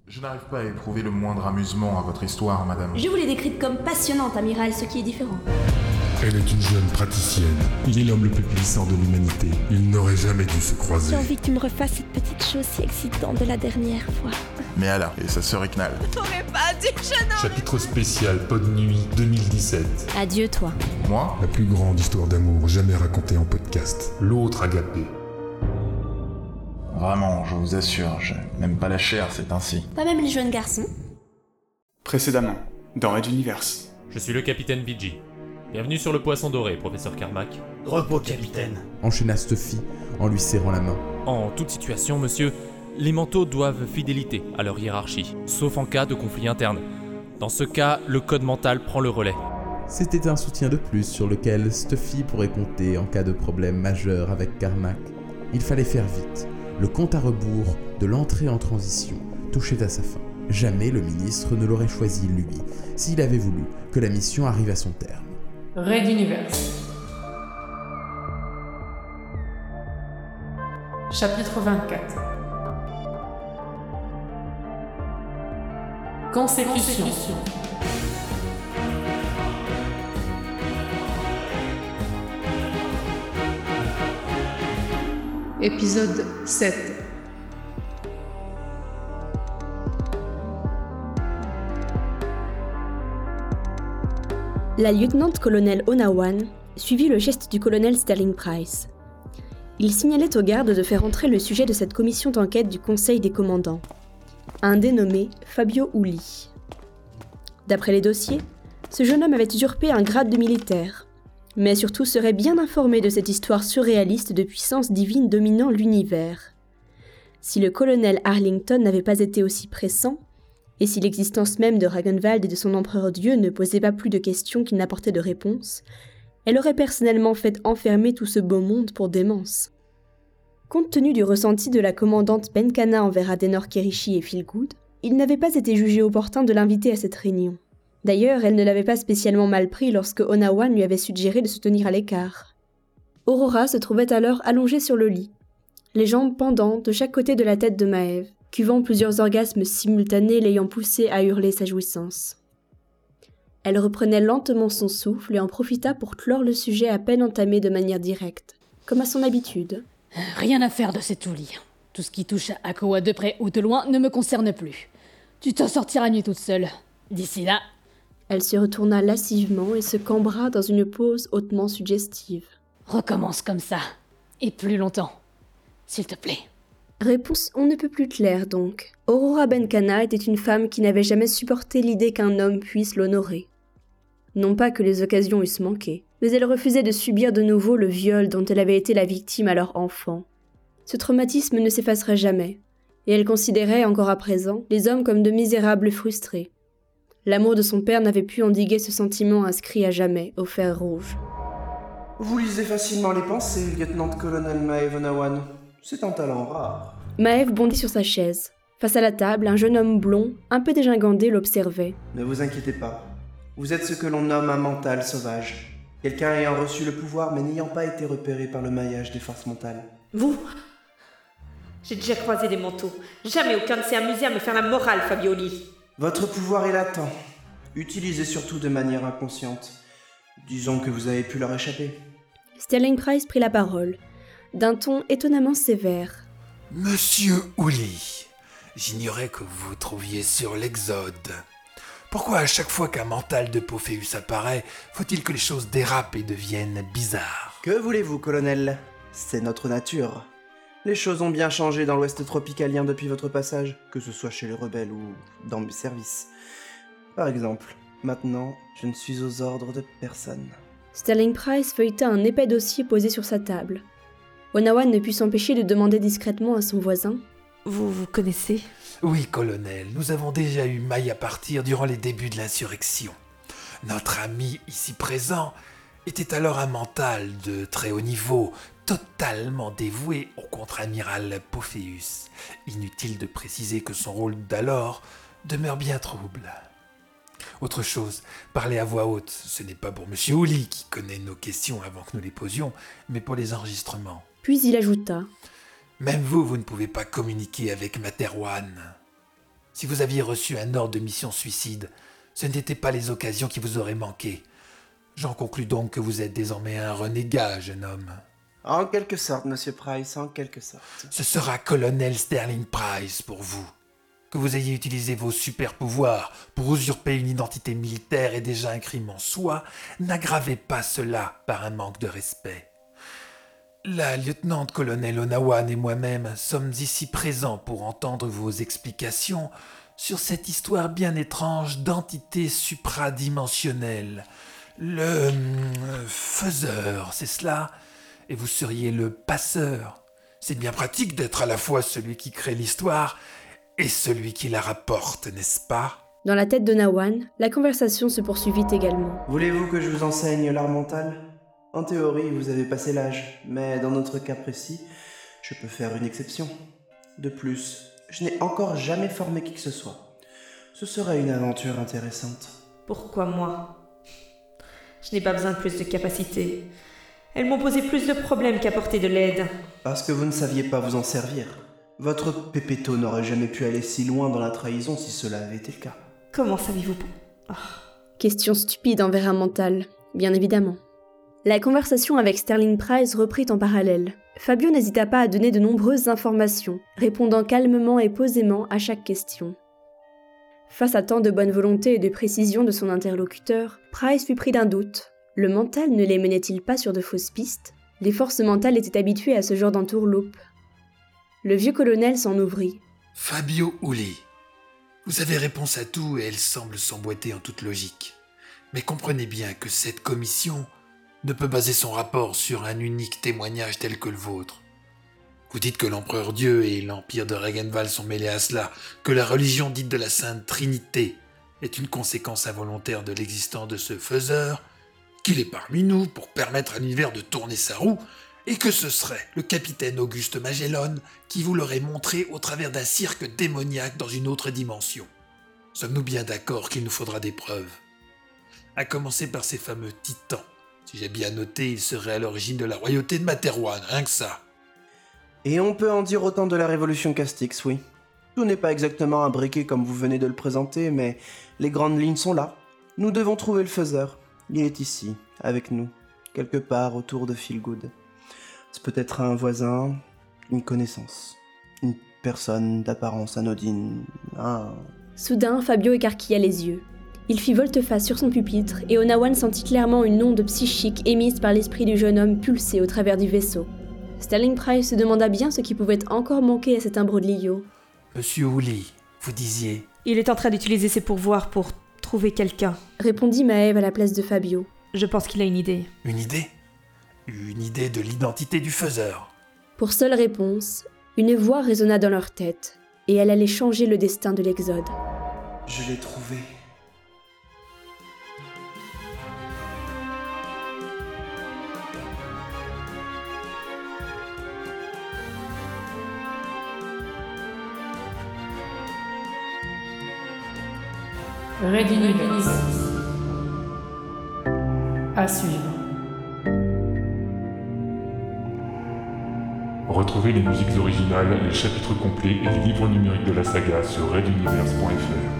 Je n'arrive pas à éprouver le moindre amusement à votre histoire, madame. Je vous l'ai décrite comme passionnante, amiral, ce qui est différent. Elle est une jeune praticienne. Il est l'homme le plus puissant de l'humanité. Ils n'auraient jamais dû se croiser. J'ai envie que tu me refasses cette petite chose si excitante de la dernière fois. Mais Allah, et sa sœur Iknal. T'aurais pas dit que je n'en... Chapitre spécial Pod Nuit 2017. Adieu, toi. Moi ? La plus grande histoire d'amour jamais racontée en podcast. L'autre agapé. Vraiment, je vous assure, je n'aime pas la chair, c'est ainsi. Pas même les jeunes garçons. Précédemment, dans Red Universe. Je suis le capitaine Vigi. Bienvenue sur le Poisson Doré, professeur Carmack. Repos, capitaine. Enchaîna Stuffy en lui serrant la main. En toute situation, monsieur, les manteaux doivent fidélité à leur hiérarchie, sauf en cas de conflit interne. Dans ce cas, le code mental prend le relais. C'était un soutien de plus sur lequel Stuffy pourrait compter en cas de problème majeur avec Carmack. Il fallait faire vite. Le compte à rebours de l'entrée en transition touchait à sa fin. Jamais le ministre ne l'aurait choisi, lui, s'il avait voulu que la mission arrive à son terme. Red Universe. Chapitre 24. Consécution. Épisode 7. La lieutenant-colonel Onawan suivit le geste du colonel Sterling Price. Il signalait aux gardes de faire entrer le sujet de cette commission d'enquête du Conseil des commandants, un dénommé Fabio Uli. D'après les dossiers, ce jeune homme avait usurpé un grade de militaire, mais surtout serait bien informé de cette histoire surréaliste de puissance divine dominant l'univers. Si le colonel Arlington n'avait pas été aussi pressant, et si l'existence même de Ragnvald et de son empereur-dieu ne posait pas plus de questions qu'il n'apportait de réponses, elle aurait personnellement fait enfermer tout ce beau monde pour démence. Compte tenu du ressenti de la commandante Benkana envers Adenor Kerishi et Feelgood, il n'avait pas été jugé opportun de l'inviter à cette réunion. D'ailleurs, elle ne l'avait pas spécialement mal pris lorsque Onawan lui avait suggéré de se tenir à l'écart. Aurora se trouvait alors allongée sur le lit, les jambes pendant de chaque côté de la tête de Maeve, cuvant plusieurs orgasmes simultanés l'ayant poussée à hurler sa jouissance. Elle reprenait lentement son souffle et en profita pour clore le sujet à peine entamé de manière directe, comme à son habitude. Rien à faire de cet oubli. Tout ce qui touche à Akoa de près ou de loin ne me concerne plus. Tu t'en sortiras mieux toute seule. D'ici là... Elle se retourna lascivement et se cambra dans une pose hautement suggestive. Recommence comme ça. Et plus longtemps. S'il te plaît. Réponse on ne peut plus claire donc. Aurora Benkana était une femme qui n'avait jamais supporté l'idée qu'un homme puisse l'honorer. Non pas que les occasions eussent manqué, mais elle refusait de subir de nouveau le viol dont elle avait été la victime alors enfant. Ce traumatisme ne s'effacerait jamais, et elle considérait encore à présent les hommes comme de misérables frustrés. L'amour de son père n'avait pu endiguer ce sentiment inscrit à jamais au fer rouge. Vous lisez facilement les pensées, lieutenant-colonel Maeve Onawan. C'est un talent rare. Maeve bondit sur sa chaise. Face à la table, un jeune homme blond, un peu dégingandé, l'observait. Ne vous inquiétez pas. Vous êtes ce que l'on nomme un mental sauvage. Quelqu'un ayant reçu le pouvoir mais n'ayant pas été repéré par le maillage des forces mentales. Vous ? J'ai déjà croisé des manteaux. Jamais aucun ne s'est amusé à me faire la morale, Fabioli. Votre pouvoir est latent. Utilisé surtout de manière inconsciente. Disons que vous avez pu leur échapper. Sterling Price prit la parole, d'un ton étonnamment sévère. Monsieur Uli, j'ignorais que vous vous trouviez sur l'Exode. Pourquoi à chaque fois qu'un mental de Pophéus apparaît, faut-il que les choses dérapent et deviennent bizarres ? Que voulez-vous, colonel ? C'est notre nature. Les choses ont bien changé dans l'Ouest tropicalien depuis votre passage, que ce soit chez les rebelles ou dans mes services. Par exemple, maintenant, je ne suis aux ordres de personne. Sterling Price feuilleta un épais dossier posé sur sa table. Onawan ne put s'empêcher de demander discrètement à son voisin. Vous connaissez ? Oui, colonel, nous avons déjà eu maille à partir durant les débuts de l'insurrection. Notre ami ici présent était alors un mental de très haut niveau, totalement dévoué au contre-amiral Pophéus. Inutile de préciser que son rôle d'alors demeure bien trouble. Autre chose, parler à voix haute, ce n'est pas pour Monsieur Uli qui connaît nos questions avant que nous les posions, mais pour les enregistrements. Puis il ajouta. Même vous ne pouvez pas communiquer avec Materwan. Si vous aviez reçu un ordre de mission suicide, ce n'étaient pas les occasions qui vous auraient manqué. J'en conclus donc que vous êtes désormais un renégat, jeune homme. En quelque sorte, Monsieur Price, en quelque sorte. Ce sera Colonel Sterling Price pour vous. Que vous ayez utilisé vos super pouvoirs pour usurper une identité militaire est déjà un crime en soi, n'aggravez pas cela par un manque de respect. La lieutenant-colonel Onawan et moi-même sommes ici présents pour entendre vos explications sur cette histoire bien étrange d'entité supradimensionnelle. Le faiseur, c'est cela? Et vous seriez le passeur. C'est bien pratique d'être à la fois celui qui crée l'histoire et celui qui la rapporte, n'est-ce pas? Dans la tête d'Onawan, la conversation se poursuivit également. Voulez-vous que je vous enseigne l'art mental? En théorie, vous avez passé l'âge, mais dans notre cas précis, je peux faire une exception. De plus, je n'ai encore jamais formé qui que ce soit. Ce serait une aventure intéressante. Pourquoi moi? Je n'ai pas besoin de plus de capacités. Elles m'ont posé plus de problèmes qu'apporter de l'aide. Parce que vous ne saviez pas vous en servir. Votre pépéto n'aurait jamais pu aller si loin dans la trahison si cela avait été le cas. Comment saviez-vous? Question stupide envers un mental, bien évidemment. La conversation avec Sterling Price reprit en parallèle. Fabio n'hésita pas à donner de nombreuses informations, répondant calmement et posément à chaque question. Face à tant de bonne volonté et de précision de son interlocuteur, Price fut pris d'un doute. Le mental ne les menait-il pas sur de fausses pistes? Les forces mentales étaient habituées à ce genre d'entourloupe. Le vieux colonel s'en ouvrit. Fabio Uli, vous avez réponse à tout et elle semble s'emboîter en toute logique. Mais comprenez bien que cette commission ne peut baser son rapport sur un unique témoignage tel que le vôtre. Vous dites que l'empereur Dieu et l'empire de Regenval sont mêlés à cela, que la religion dite de la Sainte Trinité est une conséquence involontaire de l'existence de ce faiseur, qu'il est parmi nous pour permettre à l'univers de tourner sa roue, et que ce serait le capitaine Auguste Magellan qui vous l'aurait montré au travers d'un cirque démoniaque dans une autre dimension. Sommes-nous bien d'accord qu'il nous faudra des preuves? À commencer par ces fameux titans. Si j'ai bien noté, ils seraient à l'origine de la royauté de Materwan, rien que ça. Et on peut en dire autant de la révolution Castix, oui. Tout n'est pas exactement imbriqué comme vous venez de le présenter, mais les grandes lignes sont là. Nous devons trouver le faiseur. Il est ici, avec nous, quelque part autour de Feelgood. C'est peut-être un voisin, une connaissance, une personne d'apparence anodine, Soudain, Fabio écarquilla les yeux. Il fit volte-face sur son pupitre et Onawan sentit clairement une onde psychique émise par l'esprit du jeune homme pulser au travers du vaisseau. Sterling Price se demanda bien ce qui pouvait encore manquer à cet imbroglio. Monsieur Uli, vous disiez... Il est en train d'utiliser ses pourvoirs pour trouver quelqu'un, répondit Maëve à la place de Fabio. Je pense qu'il a une idée. Une idée? Une idée de l'identité du faiseur. Pour seule réponse, une voix résonna dans leur tête, et elle allait changer le destin de l'Exode. Je l'ai trouvé. Red Universe. À suivre. Retrouvez les musiques originales, les chapitres complets et les livres numériques de la saga sur reduniverse.fr.